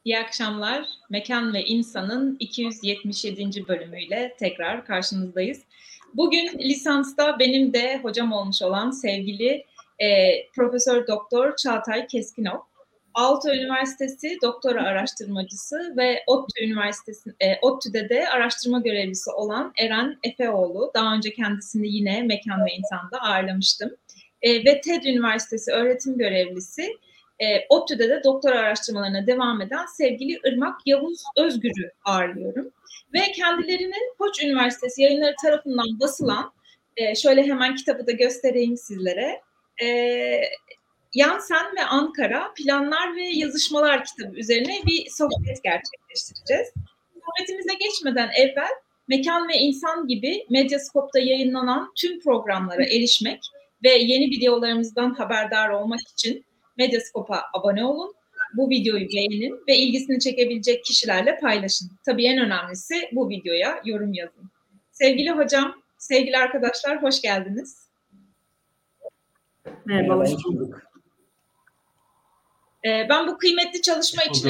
İyi akşamlar. Mekan ve İnsan'ın 277. bölümüyle tekrar karşınızdayız. Bugün lisansta benim de hocam olmuş olan sevgili Profesör Doktor Çağatay Keskinok, Aalto Üniversitesi doktora araştırmacısı ve ODTÜ'de de araştırma görevlisi olan Eren Efeoğlu. Daha önce kendisini yine Mekan ve İnsan'da ağırlamıştım. Ve TED Üniversitesi öğretim görevlisi. ODTÜ'de de doktora araştırmalarına devam eden sevgili Irmak Yavuz Özgür'ü ağırlıyorum. Ve kendilerinin Koç Üniversitesi yayınları tarafından basılan, şöyle hemen kitabı da göstereyim sizlere, Yansen ve Ankara Planlar ve Yazışmalar kitabı üzerine bir sohbet gerçekleştireceğiz. Sohbetimize geçmeden evvel Mekan ve İnsan gibi Medyascope'da yayınlanan tüm programlara erişmek ve yeni videolarımızdan haberdar olmak için Medyascope'a abone olun, bu videoyu beğenin ve ilgisini çekebilecek kişilerle paylaşın. Tabii en önemlisi bu videoya yorum yazın. Sevgili hocam, sevgili arkadaşlar hoş geldiniz. Merhaba, hoş bulduk. Ben bu kıymetli çalışma için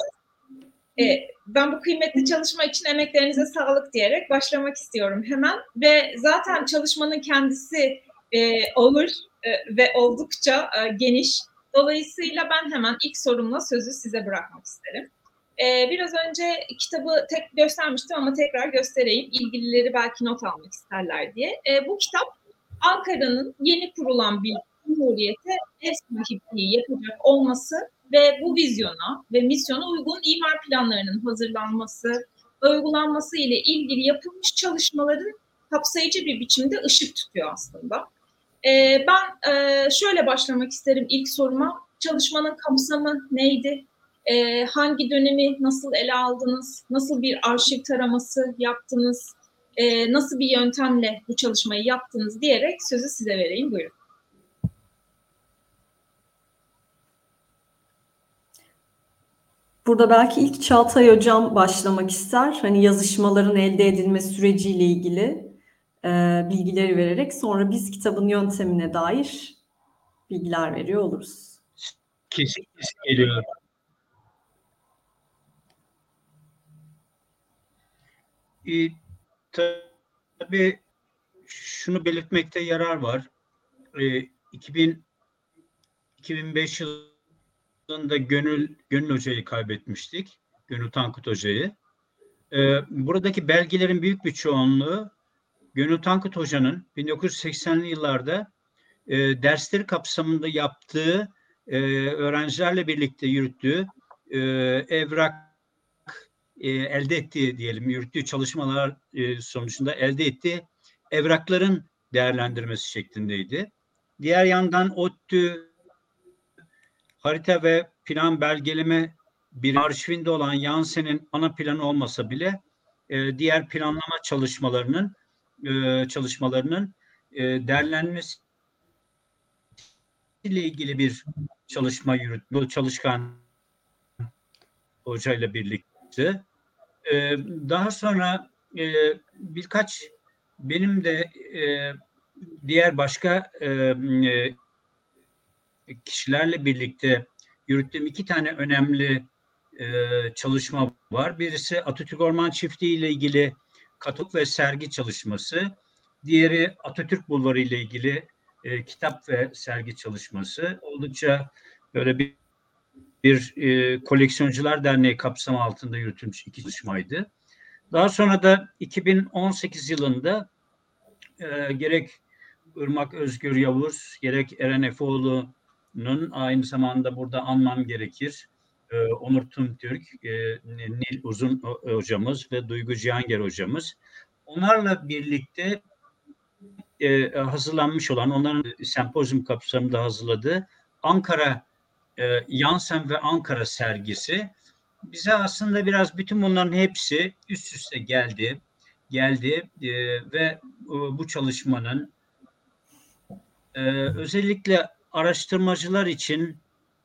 emeklerinize sağlık diyerek başlamak istiyorum hemen. Ve zaten çalışmanın kendisi ağır ve oldukça geniş. Dolayısıyla ben hemen ilk sorumla sözü size bırakmak isterim. Biraz önce kitabı tek göstermiştim ama tekrar göstereyim. İlgilileri belki not almak isterler diye. Bu kitap Ankara'nın yeni kurulan bir cumhuriyete ev sahipliği yapacak olması ve bu vizyona ve misyona uygun imar planlarının hazırlanması ve uygulanması ile ilgili yapılmış çalışmaların kapsayıcı bir biçimde ışık tutuyor aslında. Ben şöyle başlamak isterim ilk soruma. Çalışmanın kapsamı neydi? Hangi dönemi nasıl ele aldınız? Nasıl bir arşiv taraması yaptınız? Nasıl bir yöntemle bu çalışmayı yaptınız diyerek sözü size vereyim. Buyurun. Burada belki ilk Çağatay Hocam başlamak ister. Hani yazışmaların elde edilme süreciyle ilgili bilgileri vererek sonra biz kitabın yöntemine dair bilgiler veriyor oluruz. Kesin geliyor. Tabii şunu belirtmekte yarar var. 2005 yılında Gönül Hoca'yı kaybetmiştik. Gönül Tankut Hoca'yı. Buradaki belgelerin büyük bir çoğunluğu Gönül Tankut Hoca'nın 1980'li yıllarda dersleri kapsamında yaptığı, öğrencilerle birlikte yürüttüğü evrak elde ettiği diyelim, yürüttüğü çalışmalar sonucunda elde ettiği evrakların değerlendirmesi şeklindeydi. Diğer yandan ODTÜ harita ve plan belgeleme bir arşivinde olan Yansen'in ana planı olmasa bile diğer planlama çalışmalarının değerlenmesi ile ilgili bir çalışma yürüttü. Çalışkan hocayla birlikte. Daha sonra birkaç benim de diğer başka kişilerle birlikte yürüttüğüm iki tane önemli çalışma var. Birisi Atatürk Orman Çiftliği ile ilgili katalog ve sergi çalışması. Diğeri Atatürk Bulvarı ile ilgili kitap ve sergi çalışması. Oldukça böyle bir Koleksiyoncular Derneği kapsamı altında yürütülmüş iki çalışmaydı. Daha sonra da 2018 yılında gerek Irmak Özgür Yavuz, gerek Eren Efeoğlu'nun aynı zamanda burada anmam gerekir. Onur Tuntürk, Nil Uzun hocamız ve Duygu Cihanger hocamız. Onlarla birlikte hazırlanmış olan, onların sempozyum kapsamında hazırladığı Ankara Yansen ve Ankara sergisi bize aslında biraz bütün bunların hepsi üst üste geldi ve bu çalışmanın özellikle araştırmacılar için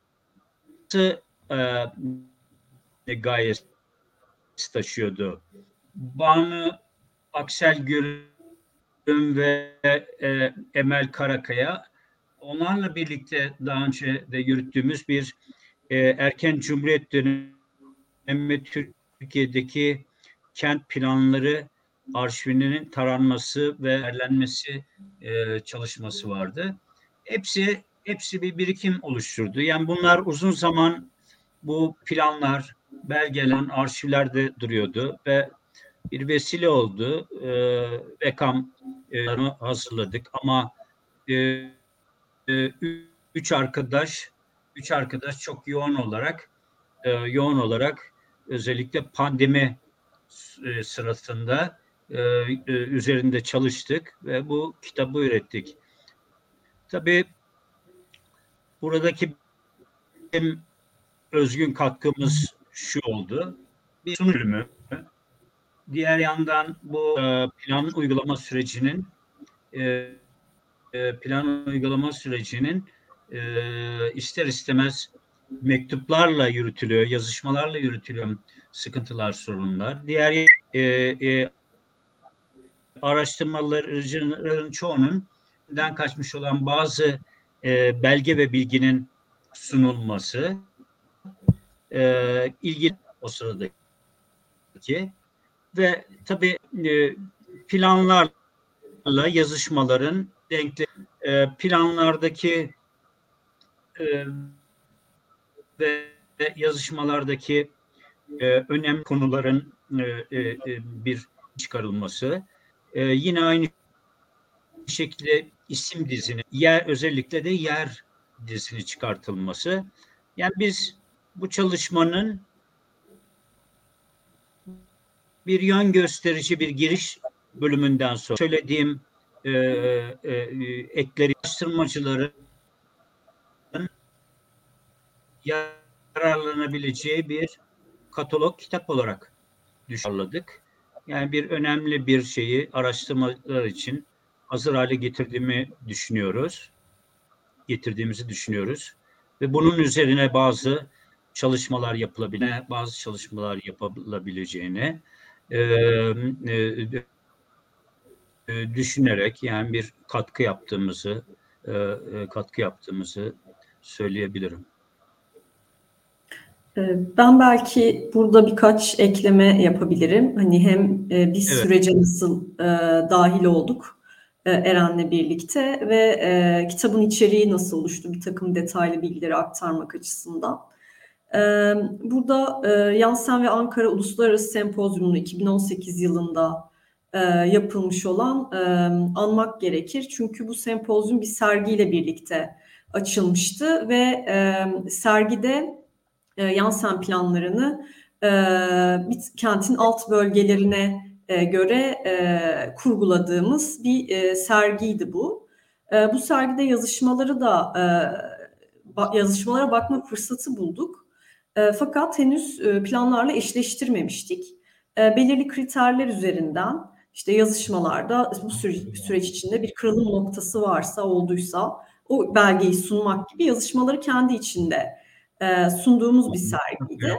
gayet taşıyordu. Banu Aksel Gürüm ve Emel Karakaya, onlarla birlikte daha önce de yürüttüğümüz bir erken Cumhuriyet dönemi ve Türkiye'deki kent planları arşivinin taranması ve derlenmesi çalışması vardı. Hepsi bir birikim oluşturdu. Yani bunlar uzun zaman bu planlar, belgeler, arşivlerde duruyordu ve bir vesile oldu. Rekam hazırladık ama üç arkadaş çok yoğun olarak özellikle pandemi sırasında üzerinde çalıştık ve bu kitabı ürettik. Tabii buradaki bizim özgün katkımız şu oldu. Bir sunum bölümü. Diğer yandan bu plan uygulama sürecinin ister istemez mektuplarla yürütülüyor, yazışmalarla yürütülüyor sıkıntılar, sorunlar. Diğer araştırmaların çoğunun kaçmış olan bazı belge ve bilginin sunulması ilgili o sıradaki ve tabii planlarla yazışmaların denkli planlardaki ve yazışmalardaki önemli konuların bir çıkarılması, yine aynı şekilde isim dizini, özellikle de yer dizini çıkartılması. Yani biz bu çalışmanın bir yön gösterici bir giriş bölümünden sonra söylediğim ekleri araştırmacıların yararlanabileceği bir katalog kitap olarak düşündük. Yani bir önemli bir şeyi araştırmalar için hazır hale getirdiğimizi düşünüyoruz. Ve bunun üzerine bazı çalışmalar yapılabileceğini düşünerek yani bir katkı yaptığımızı söyleyebilirim. Ben belki burada birkaç ekleme yapabilirim. Hani hem biz sürece nasıl dahil olduk Eren'le birlikte ve kitabın içeriği nasıl oluştu, bir takım detaylı bilgileri aktarmak açısından. Burada Yansen ve Ankara Uluslararası Sempozyumu'nu 2018 yılında yapılmış olan anmak gerekir. Çünkü bu sempozyum bir sergiyle birlikte açılmıştı ve sergide Yansen planlarını kentin alt bölgelerine göre kurguladığımız bir sergiydi bu. Bu sergide yazışmalara bakma fırsatı bulduk. Fakat henüz planlarla eşleştirmemiştik. Belirli kriterler üzerinden işte yazışmalarda bu süreç içinde bir kırılım noktası olduysa o belgeyi sunmak gibi yazışmaları kendi içinde sunduğumuz bir sergiydi.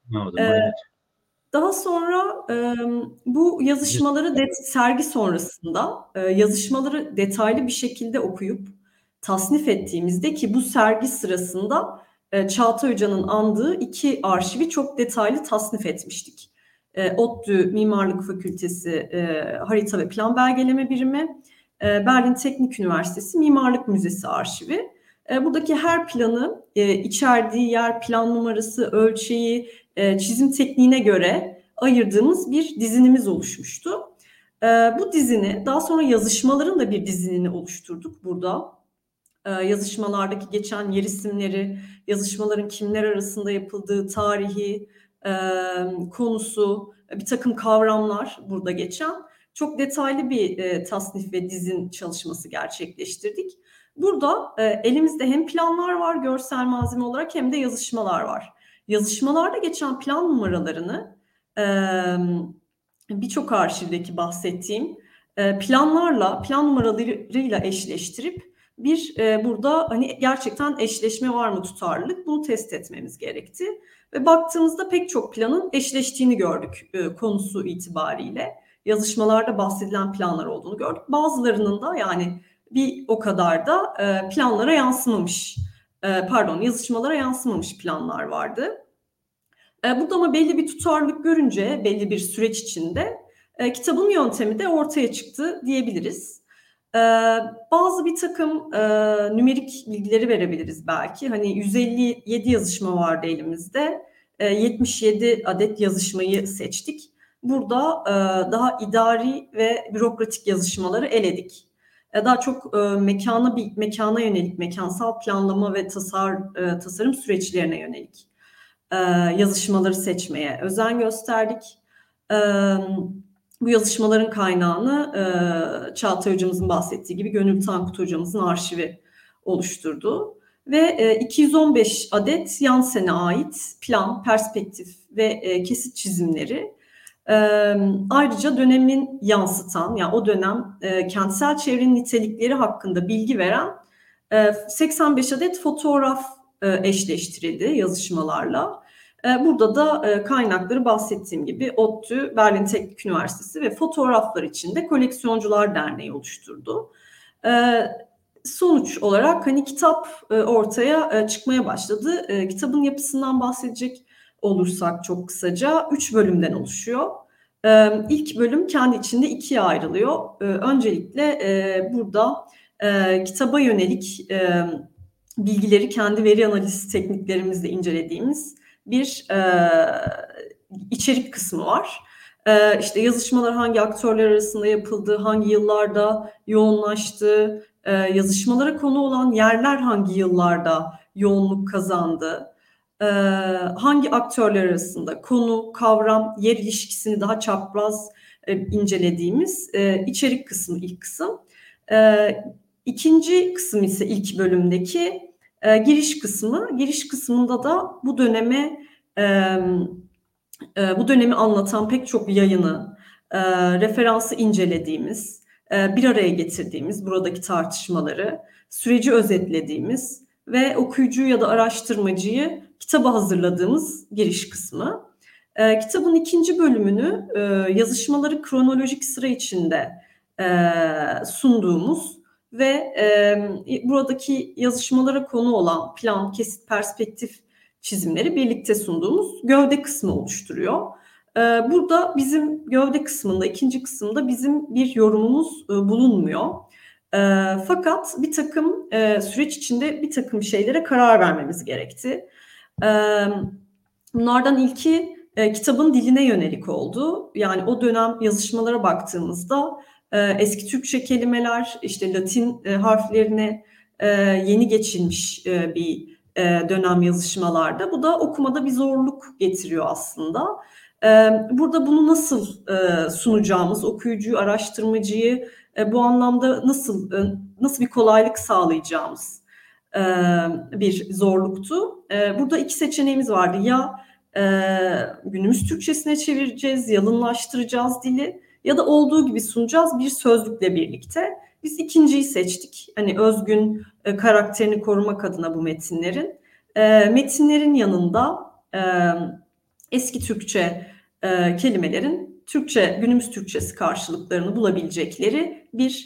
Daha sonra bu yazışmaları sergi sonrasında yazışmaları detaylı bir şekilde okuyup tasnif ettiğimizde, ki bu sergi sırasında Çağatay Hoca'nın andığı 2 arşivi çok detaylı tasnif etmiştik. ODTÜ Mimarlık Fakültesi Harita ve Plan Belgeleme Birimi, Berlin Teknik Üniversitesi Mimarlık Müzesi arşivi. Buradaki her planı içerdiği yer, plan numarası, ölçeği, çizim tekniğine göre ayırdığımız bir dizinimiz oluşmuştu. Bu dizini, daha sonra yazışmaların da bir dizinini oluşturduk burada. Yazışmalardaki geçen yer isimleri, yazışmaların kimler arasında yapıldığı, tarihi, konusu, bir takım kavramlar burada geçen çok detaylı bir tasnif ve dizin çalışması gerçekleştirdik. Burada elimizde hem planlar var görsel malzeme olarak hem de yazışmalar var. Yazışmalarda geçen plan numaralarını birçok arşivdeki bahsettiğim plan numaralarıyla eşleştirip burada hani gerçekten eşleşme var mı, tutarlılık, bunu test etmemiz gerekti. Ve baktığımızda pek çok planın eşleştiğini gördük konusu itibariyle. Yazışmalarda bahsedilen planlar olduğunu gördük. Bazılarının da yani bir o kadar da yazışmalara yansımamış planlar vardı. Burada ama belli bir tutarlılık görünce belli bir süreç içinde kitabın yöntemi de ortaya çıktı diyebiliriz. Bazı bir takım nümerik bilgileri verebiliriz belki. Hani 157 yazışma vardı elimizde. 77 adet yazışmayı seçtik. Burada daha idari ve bürokratik yazışmaları eledik. Daha çok mekana yönelik, mekansal planlama ve tasarım süreçlerine yönelik yazışmaları seçmeye özen gösterdik. Bu yazışmaların kaynağını Çağatay hocamızın bahsettiği gibi Gönül Tankut hocamızın arşivi oluşturdu. Ve 215 adet Jansen'e ait plan, perspektif ve kesit çizimleri ayrıca dönemin yansıtan, yani o dönem kentsel çevrenin nitelikleri hakkında bilgi veren 85 adet fotoğraf eşleştirildi yazışmalarla. Burada da kaynakları bahsettiğim gibi ODTÜ, Berlin Teknik Üniversitesi ve fotoğraflar için de Koleksiyoncular Derneği oluşturdu. Sonuç olarak hani kitap ortaya çıkmaya başladı. Kitabın yapısından bahsedecek olursak çok kısaca 3 bölümden oluşuyor. İlk bölüm kendi içinde ikiye ayrılıyor. Öncelikle burada kitaba yönelik bilgileri kendi veri analiz tekniklerimizle incelediğimiz bir içerik kısmı var. İşte yazışmalar hangi aktörler arasında yapıldı, hangi yıllarda yoğunlaştı, yazışmalara konu olan yerler hangi yıllarda yoğunluk kazandı, hangi aktörler arasında konu, kavram, yer ilişkisini daha çapraz incelediğimiz içerik kısmı ilk kısım. İkinci kısım ise ilk bölümdeki giriş kısmı. Giriş kısmında da bu dönemi anlatan pek çok yayını, referansı incelediğimiz, bir araya getirdiğimiz buradaki tartışmaları, süreci özetlediğimiz ve okuyucuyu ya da araştırmacıyı kitaba hazırladığımız giriş kısmı. Kitabın ikinci bölümünü yazışmaları kronolojik sıra içinde sunduğumuz ve buradaki yazışmalara konu olan plan, kesit, perspektif çizimleri birlikte sunduğumuz gövde kısmı oluşturuyor. Burada bizim gövde kısmında, ikinci kısımda bizim bir yorumumuz bulunmuyor. Fakat bir takım süreç içinde bir takım şeylere karar vermemiz gerekti. Bunlardan ilki kitabın diline yönelik oldu. Yani o dönem yazışmalara baktığımızda eski Türkçe kelimeler, işte Latin harflerine yeni geçilmiş bir dönem yazışmalarda. Bu da okumada bir zorluk getiriyor aslında. Burada bunu nasıl sunacağımız, okuyucuyu, araştırmacıyı bu anlamda nasıl bir kolaylık sağlayacağımız bir zorluktu. Burada iki seçeneğimiz vardı. Ya günümüz Türkçesine çevireceğiz, yalınlaştıracağız dili ya da olduğu gibi sunacağız bir sözlükle birlikte. Biz ikinciyi seçtik. Hani özgün karakterini korumak adına bu metinlerin. Metinlerin yanında eski Türkçe kelimelerin günümüz Türkçesi karşılıklarını bulabilecekleri bir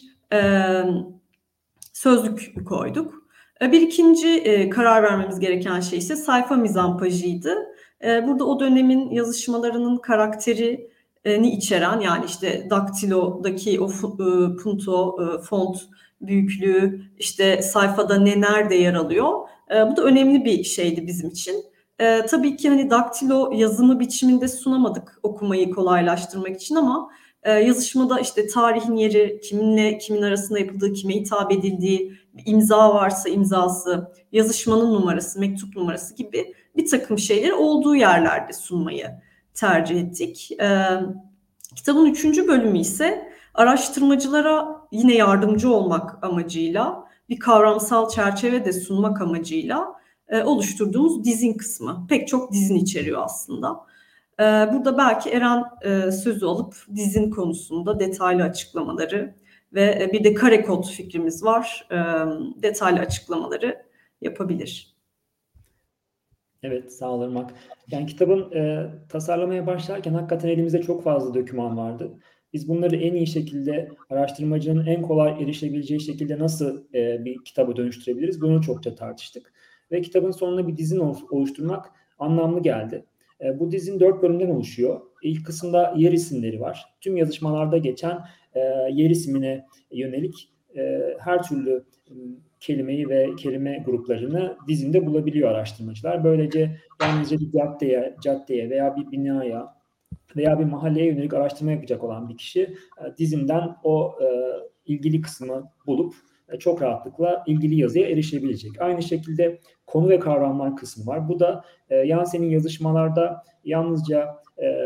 sözlük koyduk. Bir ikinci karar vermemiz gereken şey ise sayfa mizampajıydı. Burada o dönemin yazışmalarının karakterini içeren, yani işte daktilodaki o punto, font büyüklüğü, işte sayfada ne nerede yer alıyor. Bu da önemli bir şeydi bizim için. Tabii ki hani daktilo yazımı biçiminde sunamadık okumayı kolaylaştırmak için ama yazışmada işte tarihin yeri, kiminle kimin arasında yapıldığı, kime hitap edildiği, imza varsa imzası, yazışmanın numarası, mektup numarası gibi bir takım şeyleri olduğu yerlerde sunmayı tercih ettik. Kitabın 3. bölümü ise araştırmacılara yine yardımcı olmak amacıyla, bir kavramsal çerçeve de sunmak amacıyla oluşturduğumuz dizin kısmı. Pek çok dizin içeriyor aslında. Burada belki Eren sözü alıp dizin konusunda detaylı açıklamaları ve bir de kare kod fikrimiz var. Detaylı açıklamaları yapabilir. Evet, sağ ol Irmak. Yani kitabın tasarlamaya başlarken hakikaten elimizde çok fazla doküman vardı. Biz bunları en iyi şekilde araştırmacının en kolay erişebileceği şekilde nasıl bir kitabı dönüştürebiliriz? Bunu çokça tartıştık. Ve kitabın sonuna bir dizin oluşturmak anlamlı geldi. Bu dizin 4 bölümden oluşuyor. İlk kısımda yer isimleri var. Tüm yazışmalarda geçen yer ismine yönelik her türlü kelimeyi ve kelime gruplarını dizinde bulabiliyor araştırmacılar. Böylece yalnızca bir caddeye veya bir binaya veya bir mahalleye yönelik araştırma yapacak olan bir kişi dizinden o ilgili kısmı bulup çok rahatlıkla ilgili yazıya erişebilecek. Aynı şekilde konu ve kavramlar kısmı var. Bu da Yancey'nin yazışmalarda yalnızca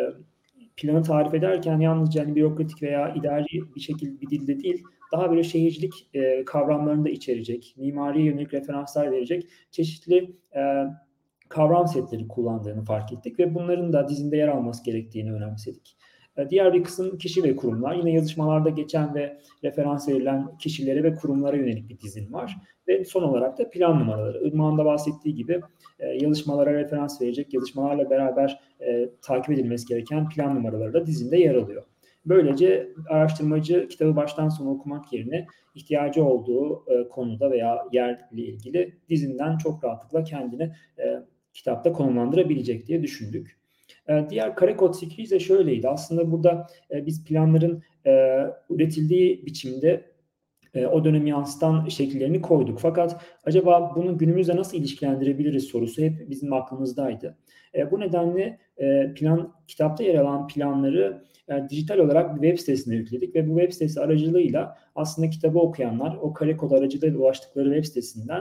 planı tarif ederken yalnızca hani bürokratik veya idari bir şekilde bir dilde değil, daha böyle şehircilik kavramlarını da içerecek, mimariye yönelik referanslar verecek çeşitli kavram setleri kullandığını fark ettik ve bunların da dizinde yer alması gerektiğini önemsedik. Diğer bir kısım kişi ve kurumlar. Yine yazışmalarda geçen ve referans verilen kişilere ve kurumlara yönelik bir dizin var. Ve son olarak da plan numaraları. Irmak'ın da bahsettiği gibi yazışmalara referans verecek, yazışmalarla beraber takip edilmesi gereken plan numaraları da dizinde yer alıyor. Böylece araştırmacı kitabı baştan sona okumak yerine ihtiyacı olduğu konuda veya yerle ilgili dizinden çok rahatlıkla kendini kitapta konumlandırabilecek diye düşündük. Diğer kare kod fikri ise şöyleydi. Aslında burada biz planların üretildiği biçimde o dönemi yansıtan şekillerini koyduk. Fakat acaba bunu günümüzde nasıl ilişkilendirebiliriz sorusu hep bizim aklımızdaydı. Bu nedenle kitapta yer alan planları dijital olarak bir web sitesine yükledik ve bu web sitesi aracılığıyla aslında kitabı okuyanlar o kare kod aracılığıyla ulaştıkları web sitesinden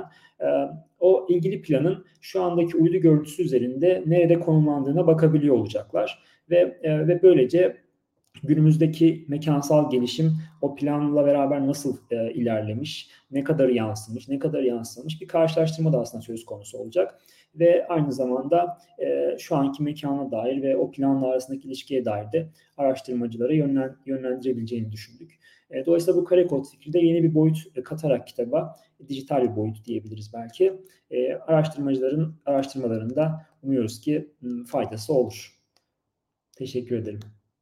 o ilgili planın şu andaki uydu görüntüsü üzerinde nerede konumlandığına bakabiliyor olacaklar ve böylece günümüzdeki mekansal gelişim o planla beraber nasıl ilerlemiş, ne kadar yansımış, ne kadar yansımamış bir karşılaştırma da aslında söz konusu olacak. Ve aynı zamanda şu anki mekana dair ve o planla arasındaki ilişkiye dair de araştırmacılara yönlendirebileceğini düşündük. Dolayısıyla bu kare kod fikri de yeni bir boyut katarak kitaba, dijital bir boyut diyebiliriz belki. Araştırmacıların araştırmalarında umuyoruz ki faydası olur. Teşekkür ederim.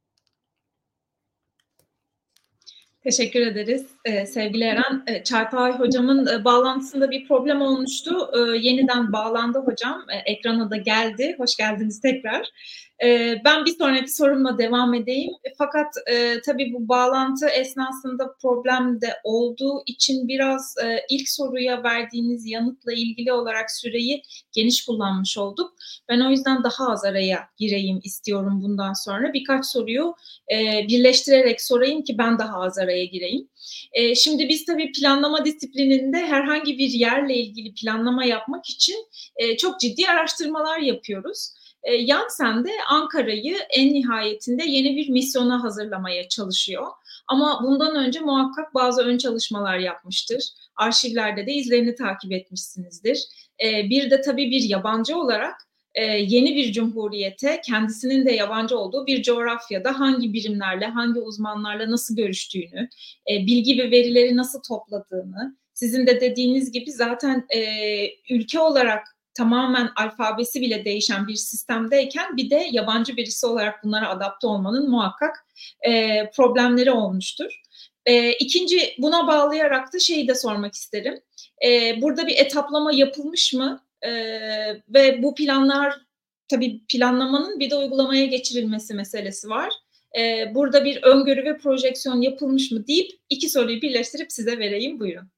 Teşekkür ederiz sevgili Eren. Çağatay hocamın bağlantısında bir problem olmuştu. Yeniden bağlandı hocam. Ekrana da geldi. Hoş geldiniz tekrar. Ben bir sonraki sorumla devam edeyim. Fakat tabii bu bağlantı esnasında problem de olduğu için biraz ilk soruya verdiğiniz yanıtla ilgili olarak süreyi geniş kullanmış olduk. Ben o yüzden daha az araya gireyim istiyorum bundan sonra. Birkaç soruyu birleştirerek sorayım ki ben daha az araya gireyim. Şimdi biz tabii planlama disiplininde herhangi bir yerle ilgili planlama yapmak için çok ciddi araştırmalar yapıyoruz. Yansen de Ankara'yı en nihayetinde yeni bir misyona hazırlamaya çalışıyor. Ama bundan önce muhakkak bazı ön çalışmalar yapmıştır. Arşivlerde de izlerini takip etmişsinizdir. Bir de tabii bir yabancı olarak yeni bir cumhuriyete, kendisinin de yabancı olduğu bir coğrafyada hangi birimlerle, hangi uzmanlarla nasıl görüştüğünü, bilgi ve verileri nasıl topladığını, sizin de dediğiniz gibi zaten ülke olarak tamamen alfabesi bile değişen bir sistemdeyken bir de yabancı birisi olarak bunlara adapte olmanın muhakkak problemleri olmuştur. İkinci, buna bağlayarak da şeyi de sormak isterim. Burada bir etaplama yapılmış mı? Ve bu planlar, tabii planlamanın bir de uygulamaya geçirilmesi meselesi var. Burada bir öngörü ve projeksiyon yapılmış mı deyip iki soruyu birleştirip size vereyim. Buyurun.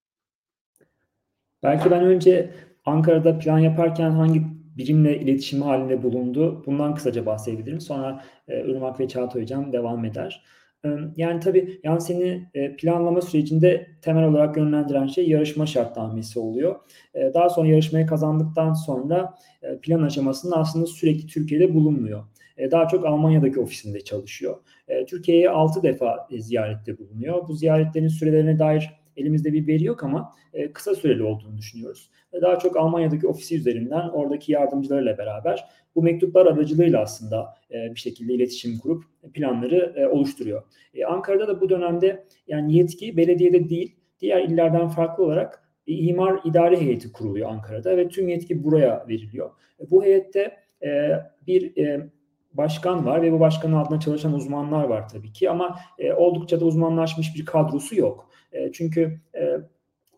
Belki ben önce Ankara'da plan yaparken hangi birimle iletişim halinde bulundu, bundan kısaca bahsedebilirim. Sonra Irmak ve Çağatay Hocam devam eder. Yani tabii seni planlama sürecinde temel olarak yönlendiren şey yarışma şartnamesi oluyor. Daha sonra yarışmayı kazandıktan sonra plan aşamasında aslında sürekli Türkiye'de bulunmuyor. Daha çok Almanya'daki ofisinde çalışıyor. Türkiye'ye 6 defa ziyarette bulunuyor. Bu ziyaretlerin sürelerine dair elimizde bir veri yok ama kısa süreli olduğunu düşünüyoruz. Daha çok Almanya'daki ofisi üzerinden oradaki yardımcılarıyla beraber bu mektuplar aracılığıyla aslında bir şekilde iletişim kurup planları oluşturuyor. Ankara'da da bu dönemde yani yetki belediyede değil, diğer illerden farklı olarak imar idare heyeti kuruluyor Ankara'da ve tüm yetki buraya veriliyor. Bu heyette bir başkan var ve bu başkanın altında çalışan uzmanlar var tabii ki ama oldukça da uzmanlaşmış bir kadrosu yok. Çünkü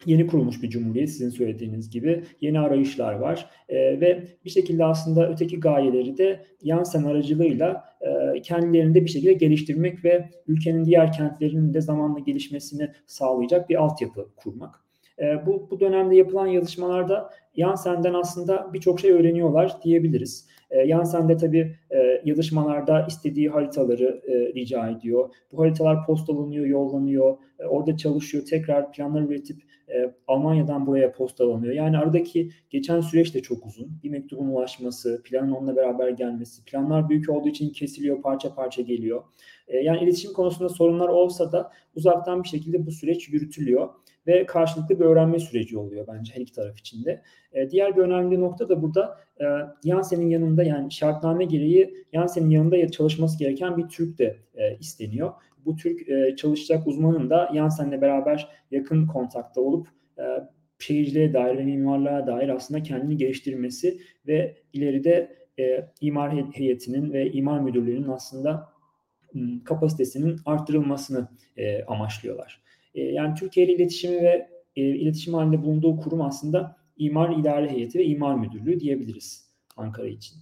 yeni kurulmuş bir cumhuriyet, sizin söylediğiniz gibi yeni arayışlar var ve bir şekilde aslında öteki gayeleri de Jansen aracılığıyla kendilerini de bir şekilde geliştirmek ve ülkenin diğer kentlerinin de zamanla gelişmesini sağlayacak bir altyapı kurmak. Bu dönemde yapılan yazışmalarda Jansen'den aslında birçok şey öğreniyorlar diyebiliriz. Jansen de tabii yazışmalarda istediği haritaları rica ediyor. Bu haritalar postalanıyor, yollanıyor. Orada çalışıyor, tekrar planlar üretip Almanya'dan buraya postalanıyor. Yani aradaki geçen süreç de çok uzun. Bir mektubun ulaşması, planın onunla beraber gelmesi, planlar büyük olduğu için kesiliyor, parça parça geliyor. Yani iletişim konusunda sorunlar olsa da uzaktan bir şekilde bu süreç yürütülüyor ve karşılıklı bir öğrenme süreci oluyor bence her iki taraf için de. Diğer bir önemli nokta da burada Jansen'in yanında, yani şartname gereği Jansen'in yanında çalışması gereken bir Türk de isteniyor. Bu Türk çalışacak uzmanın da Jansen'le beraber yakın kontakta olup şehirciliğe dair ve mimarlığa dair aslında kendini geliştirmesi ve ileride imar heyetinin ve imar müdürlüğünün aslında kapasitesinin arttırılmasını amaçlıyorlar. Yani Türkiye ile iletişimi ve iletişim halinde bulunduğu kurum aslında İmar İdare Heyeti ve İmar Müdürlüğü diyebiliriz Ankara için.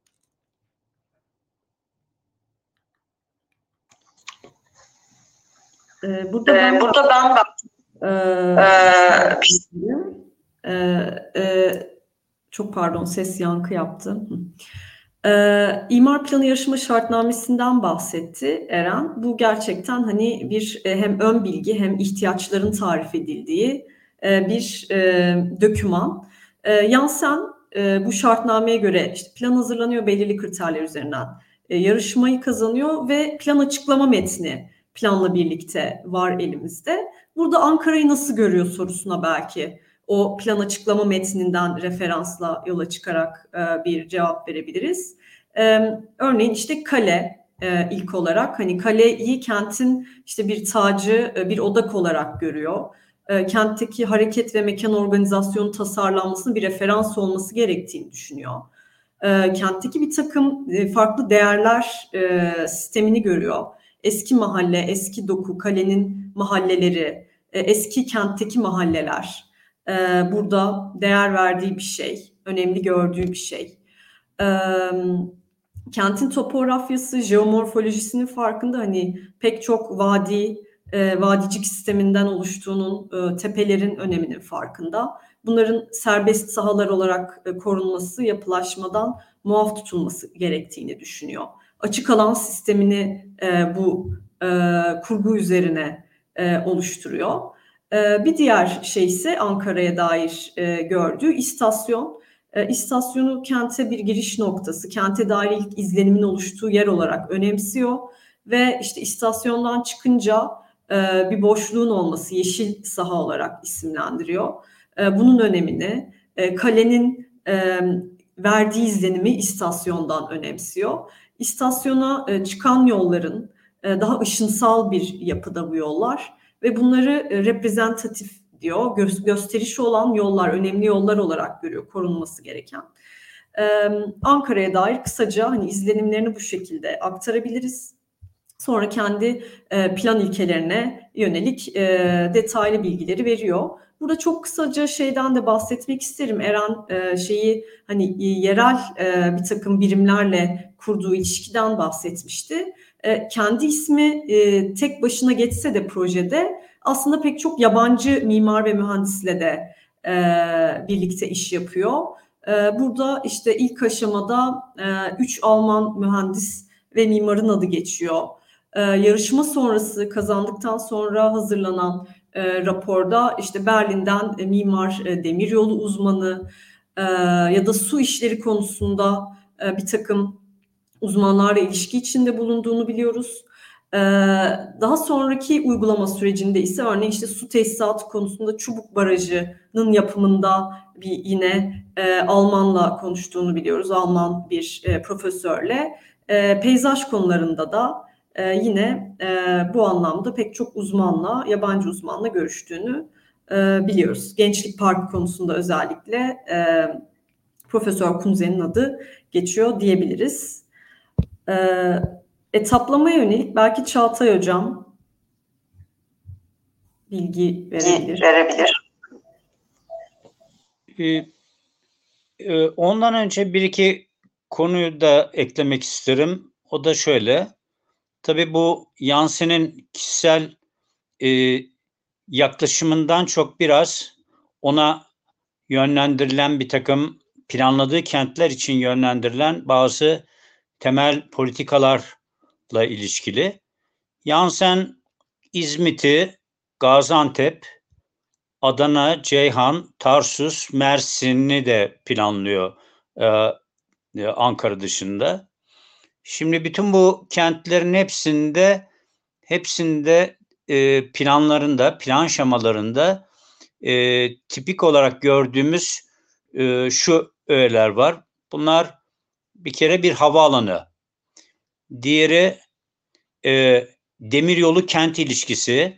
Burada ben çok pardon, ses yankı yaptı. İmar planı yarışma şartnamesinden bahsetti Eren. Bu gerçekten hani bir hem ön bilgi hem ihtiyaçların tarif edildiği bir doküman. Jansen bu şartnameye göre işte plan hazırlanıyor belirli kriterler üzerinden. Yarışmayı kazanıyor ve plan açıklama metni planla birlikte var elimizde. Burada Ankara'yı nasıl görüyor sorusuna belki o plan açıklama metninden referansla yola çıkarak bir cevap verebiliriz. Örneğin işte kale ilk olarak, hani kaleyi kentin işte bir tacı, bir odak olarak görüyor. Kentteki hareket ve mekan organizasyonu tasarlanmasının bir referans olması gerektiğini düşünüyor. Kentteki bir takım farklı değerler sistemini görüyor. Eski mahalle, eski doku, kalenin mahalleleri, eski kentteki mahalleler. Burada değer verdiği bir şey, önemli gördüğü bir şey. Kentin topografyası, jeomorfolojisinin farkında, hani pek çok vadicik sisteminden oluştuğunun, tepelerin öneminin farkında. Bunların serbest sahalar olarak korunması, yapılaşmadan muaf tutulması gerektiğini düşünüyor. Açık alan sistemini bu kurgu üzerine oluşturuyor. Bir diğer şey ise Ankara'ya dair gördüğü istasyon. İstasyonu kente bir giriş noktası, kente dair ilk izlenimin oluştuğu yer olarak önemsiyor ve işte istasyondan çıkınca bir boşluğun olması, yeşil saha olarak isimlendiriyor. Bunun önemini, kalenin verdiği izlenimi istasyondan önemsiyor. İstasyona çıkan yolların daha ışınsal bir yapıda bu yollar ve bunları reprezentatif diyor, gösterişi olan yollar, önemli yollar olarak görüyor, korunması gereken. Ankara'ya dair kısaca hani izlenimlerini bu şekilde aktarabiliriz. Sonra kendi plan ilkelerine yönelik detaylı bilgileri veriyor. Burada çok kısaca şeyden de bahsetmek isterim. Eren hani yerel bir takım birimlerle kurduğu ilişkiden bahsetmişti. Kendi ismi tek başına geçse de projede aslında pek çok yabancı mimar ve mühendisle de birlikte iş yapıyor. Burada işte ilk aşamada 3 Alman mühendis ve mimarın adı geçiyor. Yarışma sonrası, kazandıktan sonra hazırlanan raporda işte Berlin'den mimar, demiryolu uzmanı ya da su işleri konusunda bir takım uzmanlarla ilişki içinde bulunduğunu biliyoruz. Daha sonraki uygulama sürecinde ise örneğin işte su tesisatı konusunda Çubuk Barajı'nın yapımında yine Almanla konuştuğunu biliyoruz. Alman bir profesörle. Peyzaj konularında da yine bu anlamda pek çok uzmanla, yabancı uzmanla görüştüğünü biliyoruz. Gençlik Parkı konusunda özellikle Profesör Kunze'nin adı geçiyor diyebiliriz. Etaplamaya yönelik belki Çağatay Hocam bilgi verebilir. Ondan önce bir iki konuyu da eklemek isterim. O da şöyle. Tabii bu Yancey'nin kişisel yaklaşımından çok biraz ona yönlendirilen bir takım planladığı kentler için yönlendirilen bazı temel politikalarla ilişkili. Yancey İzmit'i, Gaziantep, Adana, Ceyhan, Tarsus, Mersin'i de planlıyor Ankara dışında. Şimdi bütün bu kentlerin hepsinde planlarında, plan şemalarında tipik olarak gördüğümüz şu öğeler var. Bunlar bir kere bir havaalanı, diğeri demiryolu kent ilişkisi,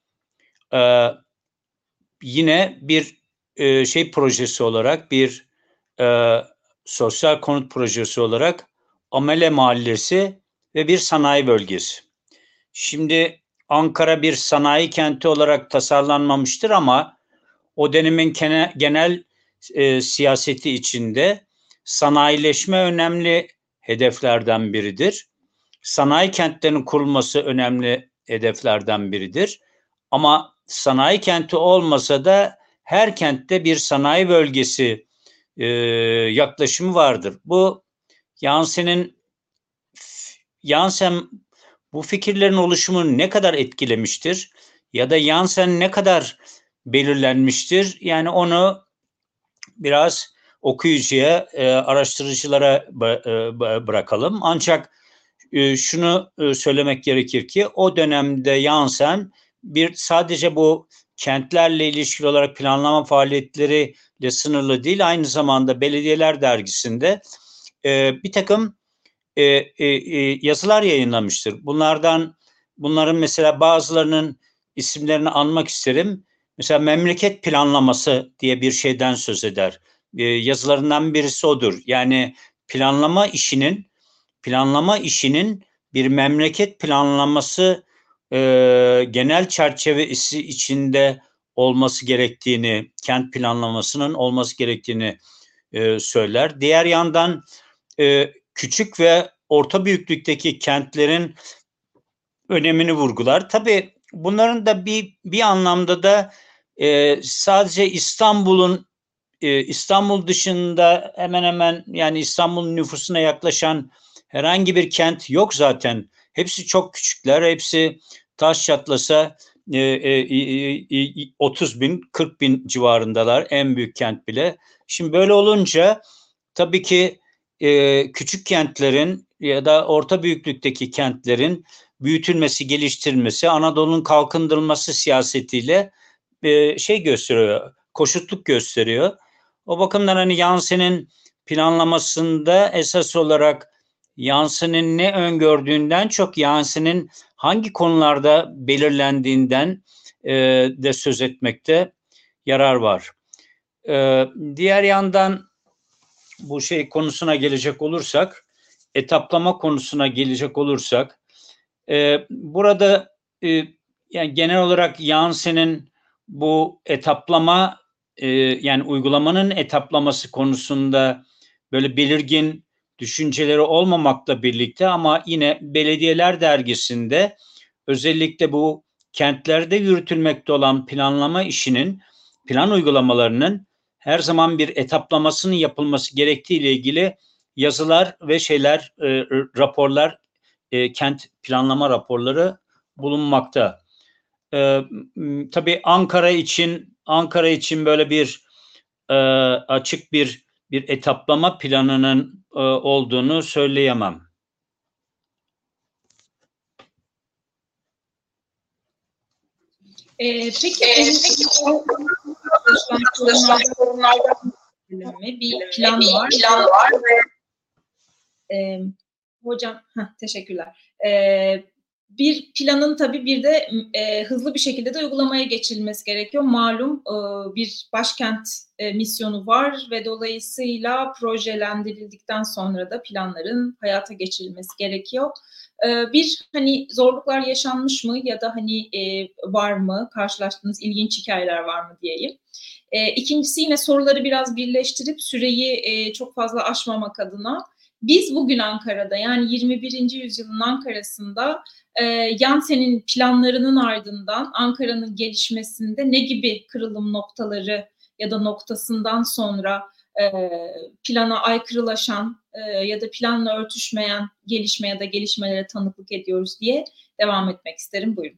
yine bir projesi olarak, bir sosyal konut projesi olarak Amele Mahallesi ve bir sanayi bölgesi. Şimdi Ankara bir sanayi kenti olarak tasarlanmamıştır ama o dönemin genel siyaseti içinde sanayileşme önemli hedeflerden biridir. Sanayi kentlerinin kurulması önemli hedeflerden biridir. Ama sanayi kenti olmasa da her kentte bir sanayi bölgesi yaklaşımı vardır. Bu Yancey bu fikirlerin oluşumunu ne kadar etkilemiştir ya da Yancey ne kadar belirlenmiştir? Yani onu biraz okuyucuya, araştırıcılara bırakalım. Ancak şunu söylemek gerekir ki o dönemde Yancey sadece bu kentlerle ilişkili olarak planlama faaliyetleriyle sınırlı değil, aynı zamanda Belediyeler Dergisi'nde bir takım yazılar yayınlamıştır. Bunların mesela bazılarının isimlerini anmak isterim. Mesela memleket planlaması diye bir şeyden söz eder. Yazılarından birisi odur. Yani planlama işinin bir memleket planlaması genel çerçevesi içinde olması gerektiğini, kent planlamasının olması gerektiğini söyler. Diğer yandan küçük ve orta büyüklükteki kentlerin önemini vurgular. Tabii bunların da bir anlamda da sadece İstanbul dışında hemen hemen, yani İstanbul'un nüfusuna yaklaşan herhangi bir kent yok zaten. Hepsi çok küçükler. Hepsi taş çatlasa 30 bin, 40 bin civarındalar. En büyük kent bile. Şimdi böyle olunca tabii ki küçük kentlerin ya da orta büyüklükteki kentlerin büyütülmesi, geliştirilmesi, Anadolu'nun kalkındırılması siyasetiyle gösteriyor, koşutluk gösteriyor. O bakımdan hani Yancey'nin planlamasında esas olarak Yancey'nin ne öngördüğünden çok Yancey'nin hangi konularda belirlendiğinden de söz etmekte yarar var. Diğer yandan bu konusuna gelecek olursak, etaplama konusuna gelecek olursak, burada yani genel olarak Yancey'nin bu etaplama, yani uygulamanın etaplaması konusunda böyle belirgin düşünceleri olmamakla birlikte, ama yine Belediyeler Dergisi'nde özellikle bu kentlerde yürütülmekte olan planlama işinin, plan uygulamalarının her zaman bir etaplamasının yapılması gerektiği ile ilgili yazılar ve raporlar, kent planlama raporları bulunmakta. Tabii Ankara için böyle bir açık bir etaplama planının olduğunu söyleyemem. Peki bir plan var ve hocam teşekkürler. Bir planın tabii bir de hızlı bir şekilde de uygulamaya geçirilmesi gerekiyor. Malum bir başkent misyonu var ve dolayısıyla projelendirildikten sonra da planların hayata geçirilmesi gerekiyor. Bir zorluklar yaşanmış mı ya da var mı, karşılaştığınız ilginç hikayeler var mı diyeyim. İkincisi yine soruları biraz birleştirip süreyi çok fazla aşmamak adına biz bugün Ankara'da yani 21. yüzyılın Ankara'sında Jansen'in planlarının ardından Ankara'nın gelişmesinde ne gibi kırılım noktaları ya da noktasından sonra plana aykırılaşan ya da planla örtüşmeyen gelişme ya da gelişmelere tanıklık ediyoruz diye devam etmek isterim. Buyurun.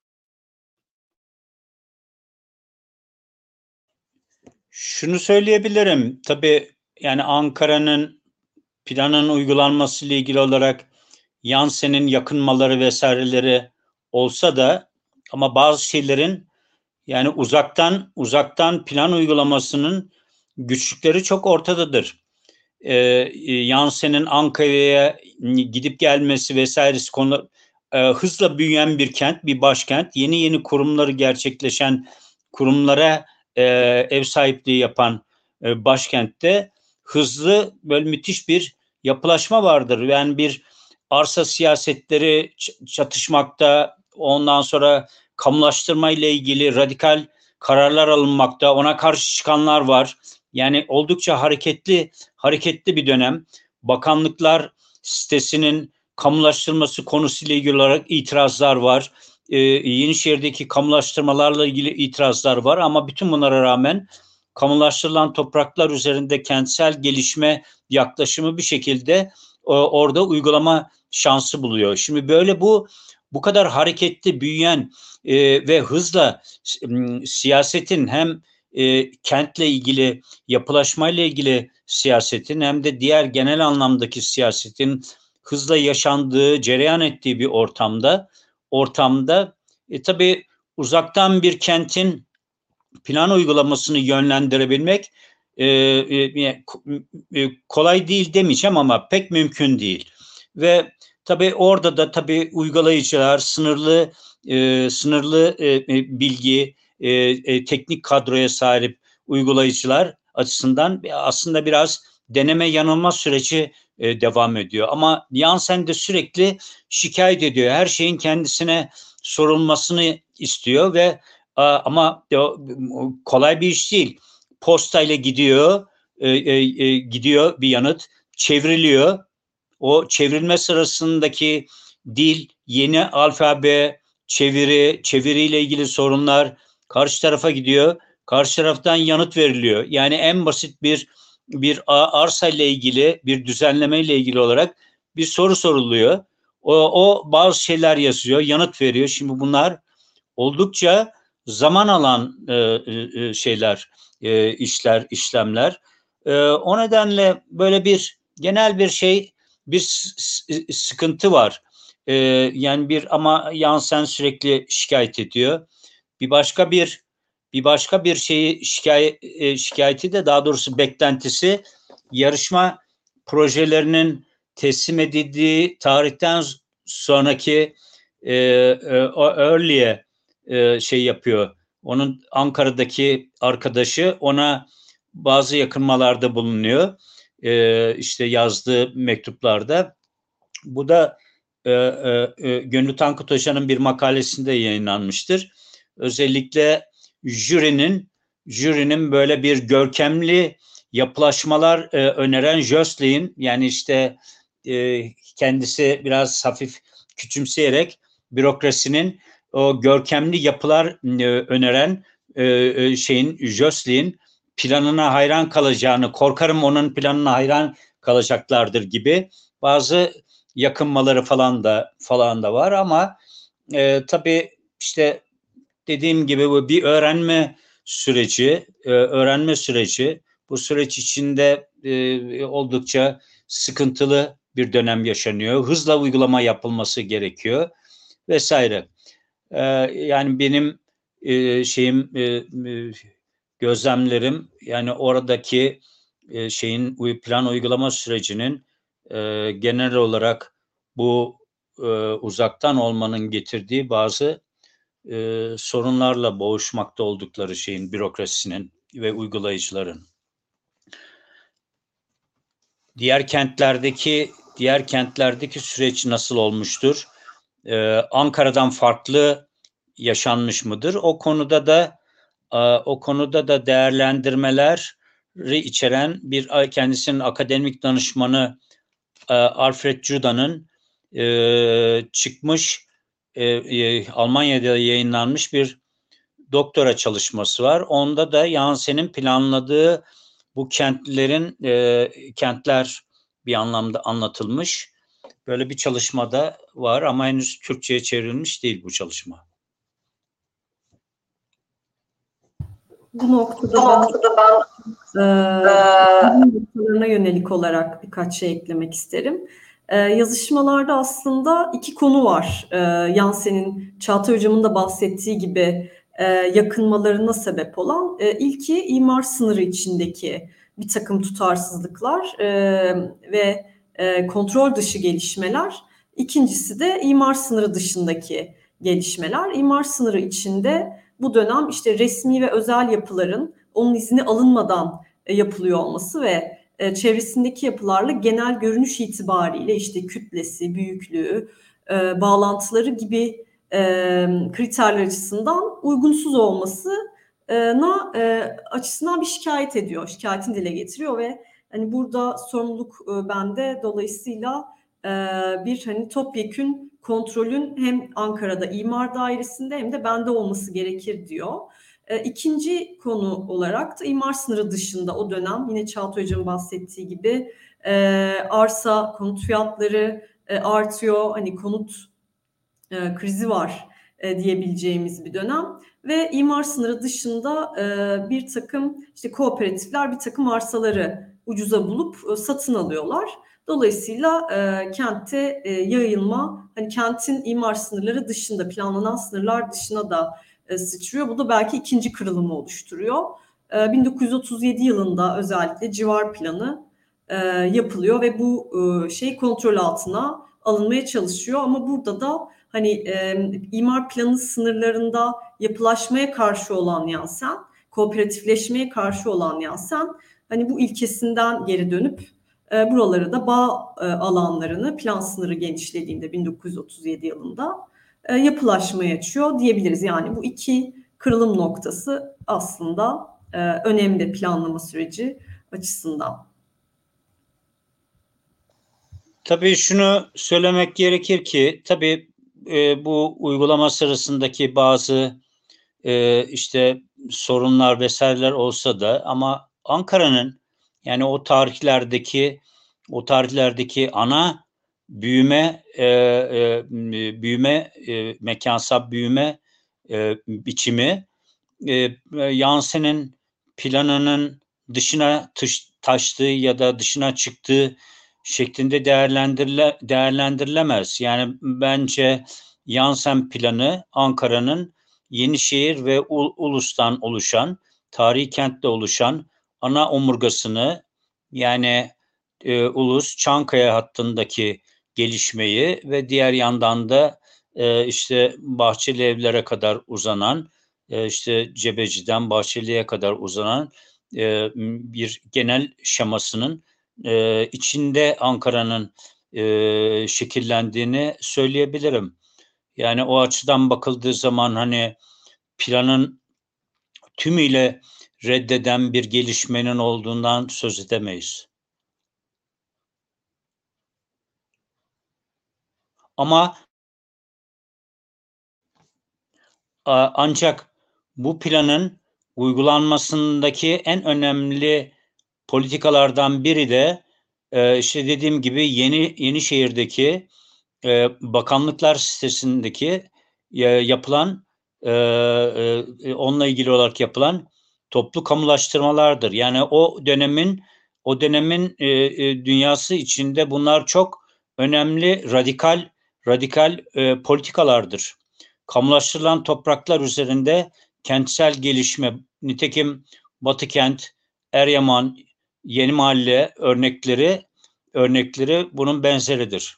Şunu söyleyebilirim. Tabii yani Ankara'nın planın uygulanması ile ilgili olarak Jansen'in yakınmaları vesaireleri olsa da ama bazı şeylerin yani uzaktan plan uygulamasının güçlükleri çok ortadadır. Jansen'in Ankara'ya gidip gelmesi vesairesi konu hızla büyüyen bir kent, bir başkent, yeni kurumları gerçekleşen kurumlara ev sahipliği yapan başkentte hızlı böyle müthiş bir yapılaşma vardır. Yani bir arsa siyasetleri çatışmakta, ondan sonra kamulaştırma ile ilgili radikal kararlar alınmakta, ona karşı çıkanlar var. Yani oldukça hareketli bir dönem. Bakanlıklar sitesinin kamulaştırması konusuyla ilgili olarak itirazlar var. Yenişehir'deki kamulaştırmalarla ilgili itirazlar var ama bütün bunlara rağmen kamulaştırılan topraklar üzerinde kentsel gelişme yaklaşımı bir şekilde orada uygulama şansı buluyor. Şimdi böyle bu kadar hareketli büyüyen ve hızla siyasetin hem kentle ilgili, yapılaşmayla ilgili siyasetin hem de diğer genel anlamdaki siyasetin hızla yaşandığı, cereyan ettiği bir ortamda tabii uzaktan bir kentin plan uygulamasını yönlendirebilmek kolay değil demeyeceğim ama pek mümkün değil. Ve tabii orada da tabii uygulayıcılar sınırlı bilgi, teknik kadroya sahip uygulayıcılar açısından aslında biraz deneme yanılma süreci devam ediyor. Ama Jansen de sürekli şikayet ediyor. Her şeyin kendisine sorulmasını istiyor ve ama kolay bir iş değil. Postayla gidiyor bir yanıt, çevriliyor. O çevrilme sırasındaki dil, yeni alfabe, çeviriyle ilgili sorunlar karşı tarafa gidiyor. Karşı taraftan yanıt veriliyor. Yani en basit bir arsa ile ilgili, bir düzenleme ile ilgili olarak bir soru soruluyor. O bazı şeyler yazıyor, yanıt veriyor. Şimdi bunlar oldukça zaman alan işlemler. O nedenle böyle bir genel bir sıkıntı var. Yani ama Jansen sürekli şikayet ediyor. Bir başka bir şikayeti de daha doğrusu beklentisi yarışma projelerinin teslim edildiği tarihten sonraki early'e yapıyor. Onun Ankara'daki arkadaşı ona bazı yakınmalarda bulunuyor. İşte yazdığı mektuplarda. Bu da Gönül Tankut Hoca'nın bir makalesinde yayınlanmıştır. Özellikle jürinin böyle bir görkemli yapılaşmalar öneren Jocelyn, yani işte kendisi biraz hafif küçümseyerek bürokrasinin o görkemli yapılar öneren Jocelyn planına hayran kalacağını, korkarım onun planına hayran kalacaklardır gibi bazı yakınmaları falan da var ama tabii işte dediğim gibi bu bir öğrenme süreci. Bu süreç içinde oldukça sıkıntılı bir dönem yaşanıyor. Hızla uygulama yapılması gerekiyor vesaire. Yani benim gözlemlerim, yani oradaki plan uygulama sürecinin genel olarak bu uzaktan olmanın getirdiği bazı sorunlarla boğuşmakta oldukları bürokrasinin ve uygulayıcıların. Diğer kentlerdeki süreç nasıl olmuştur? Ankara'dan farklı yaşanmış mıdır? O konuda da o konuda da değerlendirmeleri içeren bir kendisinin akademik danışmanı Alfred Juda'nın çıkmış Almanya'da yayınlanmış bir doktora çalışması var. Onda da Janssen'in planladığı bu kentler bir anlamda anlatılmış. Böyle bir çalışma da var ama henüz Türkçe'ye çevrilmiş değil bu çalışma. Bu noktada ben noktalarına yönelik olarak birkaç şey eklemek isterim. Yazışmalarda aslında iki konu var. Janssen'in, Çağatay Hocam'ın da bahsettiği gibi yakınmalarına sebep olan. İlki imar sınırı içindeki bir takım tutarsızlıklar ve kontrol dışı gelişmeler. İkincisi de imar sınırı dışındaki gelişmeler. İmar sınırı içinde bu dönem işte resmi ve özel yapıların onun izni alınmadan yapılıyor olması ve çevresindeki yapılarla genel görünüş itibariyle işte kütlesi, büyüklüğü, bağlantıları gibi kriterler açısından uygunsuz olmasına açısından bir şikayet ediyor, şikayetini dile getiriyor ve hani burada sorumluluk bende, dolayısıyla bir hani topyekün kontrolün hem Ankara'da imar dairesinde hem de bende olması gerekir diyor. İkinci konu olarak da imar sınırı dışında o dönem yine Çağatay Hoca'nın bahsettiği gibi arsa, konut fiyatları artıyor. Hani konut krizi var diyebileceğimiz bir dönem ve imar sınırı dışında bir takım işte kooperatifler bir takım arsaları ucuza bulup satın alıyorlar. Dolayısıyla kente yayılma, hani kentin imar sınırları dışında, planlanan sınırlar dışına da sıçrıyor. Bu da belki ikinci kırılımı oluşturuyor. 1937 yılında özellikle civar planı yapılıyor ve bu şey kontrol altına alınmaya çalışıyor. Ama burada da hani imar planı sınırlarında yapılaşmaya karşı olan Janssen, kooperatifleşmeye karşı olan Janssen, hani bu ilkesinden geri dönüp buraları da bağ alanlarını plan sınırı genişlediğinde 1937 yılında yapılaşmaya açıyor diyebiliriz. Yani bu iki kırılım noktası aslında önemli planlama süreci açısından. Tabii şunu söylemek gerekir ki tabii bu uygulama sırasındaki bazı işte sorunlar vesaireler olsa da ama Ankara'nın yani o tarihlerdeki ana büyüme mekansal büyüme biçimi Janssen'in planının dışına taştığı ya da dışına çıktığı şeklinde değerlendirilemez. Yani bence Janssen planı Ankara'nın Yenişehir ve Ulus'tan oluşan, tarihi kentle oluşan ana omurgasını yani Ulus, Çankaya hattındaki gelişmeyi ve diğer yandan da işte Bahçeli Evler'e kadar uzanan, işte Cebeci'den Bahçeli'ye kadar uzanan bir genel şemasının içinde Ankara'nın şekillendiğini söyleyebilirim. Yani o açıdan bakıldığı zaman hani planın tümüyle reddeden bir gelişmenin olduğundan söz edemeyiz. Ama ancak bu planın uygulanmasındaki en önemli politikalardan biri de işte dediğim gibi Yenişehir'deki bakanlıklar sitesindeki yapılan onunla ilgili olarak yapılan toplu kamulaştırmalardır. Yani o dönemin dünyası içinde bunlar çok önemli radikal politikalardır. Kamulaştırılan topraklar üzerinde kentsel gelişme, nitekim Batıkent, Eryaman, Yeni Mahalle örnekleri bunun benzeridir.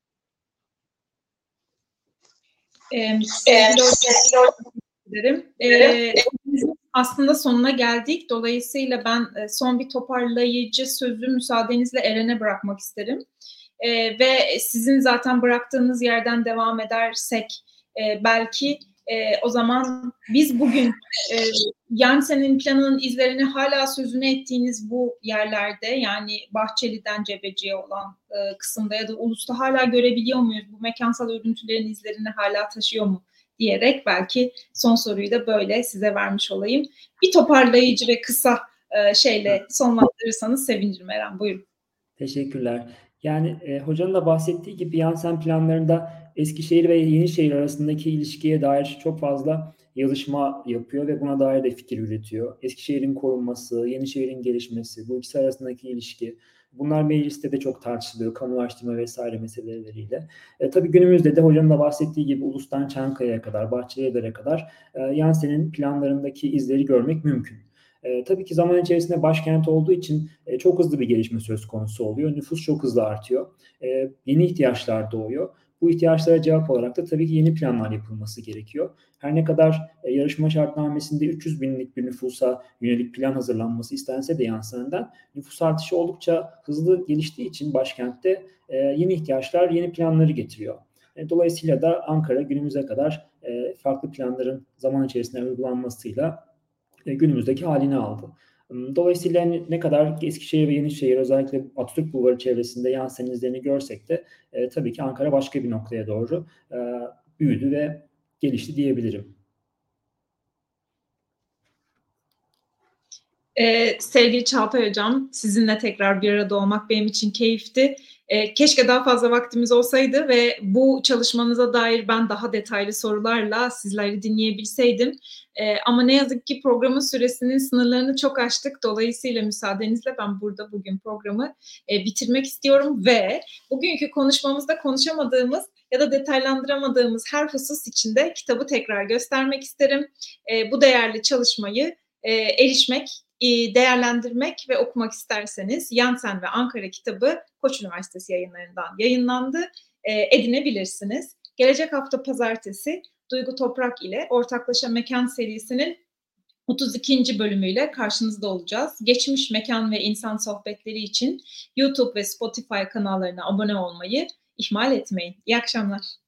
Aslında sonuna geldik. Dolayısıyla ben son bir toparlayıcı sözü müsaadenizle Eren'e bırakmak isterim. Ve sizin zaten bıraktığınız yerden devam edersek belki O zaman biz bugün Jansen'in planının izlerini hala sözünü ettiğiniz bu yerlerde, yani Bahçeli'den Cebeci'ye olan kısımda ya da Ulus'ta hala görebiliyor muyuz? Bu mekansal örüntülerin izlerini hala taşıyor mu? Diyerek belki son soruyu da böyle size vermiş olayım. Bir toparlayıcı ve kısa şeyle sonlandırırsanız sevinirim Eren. Buyurun. Teşekkürler. Yani hocanın da bahsettiği gibi Jansen planlarında Eskişehir ve Yenişehir arasındaki ilişkiye dair çok fazla yazışma yapıyor ve buna dair de fikir üretiyor. Eskişehir'in korunması, Yenişehir'in gelişmesi, bu ikisi arasındaki ilişki, bunlar mecliste de çok tartışılıyor, kamulaştırma vesaire meseleleriyle. Tabii günümüzde de hocanın da bahsettiği gibi Ulus'tan Çankaya'ya kadar, Bahçelievler'e kadar Jansen'in planlarındaki izleri görmek mümkün. Tabii ki zaman içerisinde başkent olduğu için çok hızlı bir gelişme söz konusu oluyor. Nüfus çok hızlı artıyor. Yeni ihtiyaçlar doğuyor. Bu ihtiyaçlara cevap olarak da tabii ki yeni planlar yapılması gerekiyor. Her ne kadar yarışma şartnamesinde 300 binlik bir nüfusa yönelik plan hazırlanması istense de Jansen'den nüfus artışı oldukça hızlı geliştiği için başkentte yeni ihtiyaçlar yeni planları getiriyor. Dolayısıyla da Ankara günümüze kadar farklı planların zaman içerisinde uygulanmasıyla günümüzdeki halini aldı. Dolayısıyla ne kadar Eskişehir ve Yenişehir, özellikle Atatürk Bulvarı çevresinde Jansen'in izlerini görsek de tabii ki Ankara başka bir noktaya doğru büyüdü ve gelişti diyebilirim. Sevgili Çağatay Hocam, sizinle tekrar bir arada olmak benim için keyifti. Keşke daha fazla vaktimiz olsaydı ve bu çalışmanıza dair ben daha detaylı sorularla sizleri dinleyebilseydim. Ama ne yazık ki programın süresinin sınırlarını çok aştık. Dolayısıyla müsaadenizle ben burada bugün programı bitirmek istiyorum ve bugünkü konuşmamızda konuşamadığımız ya da detaylandıramadığımız her husus içinde kitabı tekrar göstermek isterim. Bu değerli çalışmayı erişmek, değerlendirmek ve okumak isterseniz Jansen ve Ankara kitabı Koç Üniversitesi yayınlarından yayınlandı. Edinebilirsiniz. Gelecek hafta pazartesi Duygu Toprak ile Ortaklaşa Mekan serisinin 32. bölümüyle karşınızda olacağız. Geçmiş mekan ve insan sohbetleri için YouTube ve Spotify kanallarına abone olmayı ihmal etmeyin. İyi akşamlar.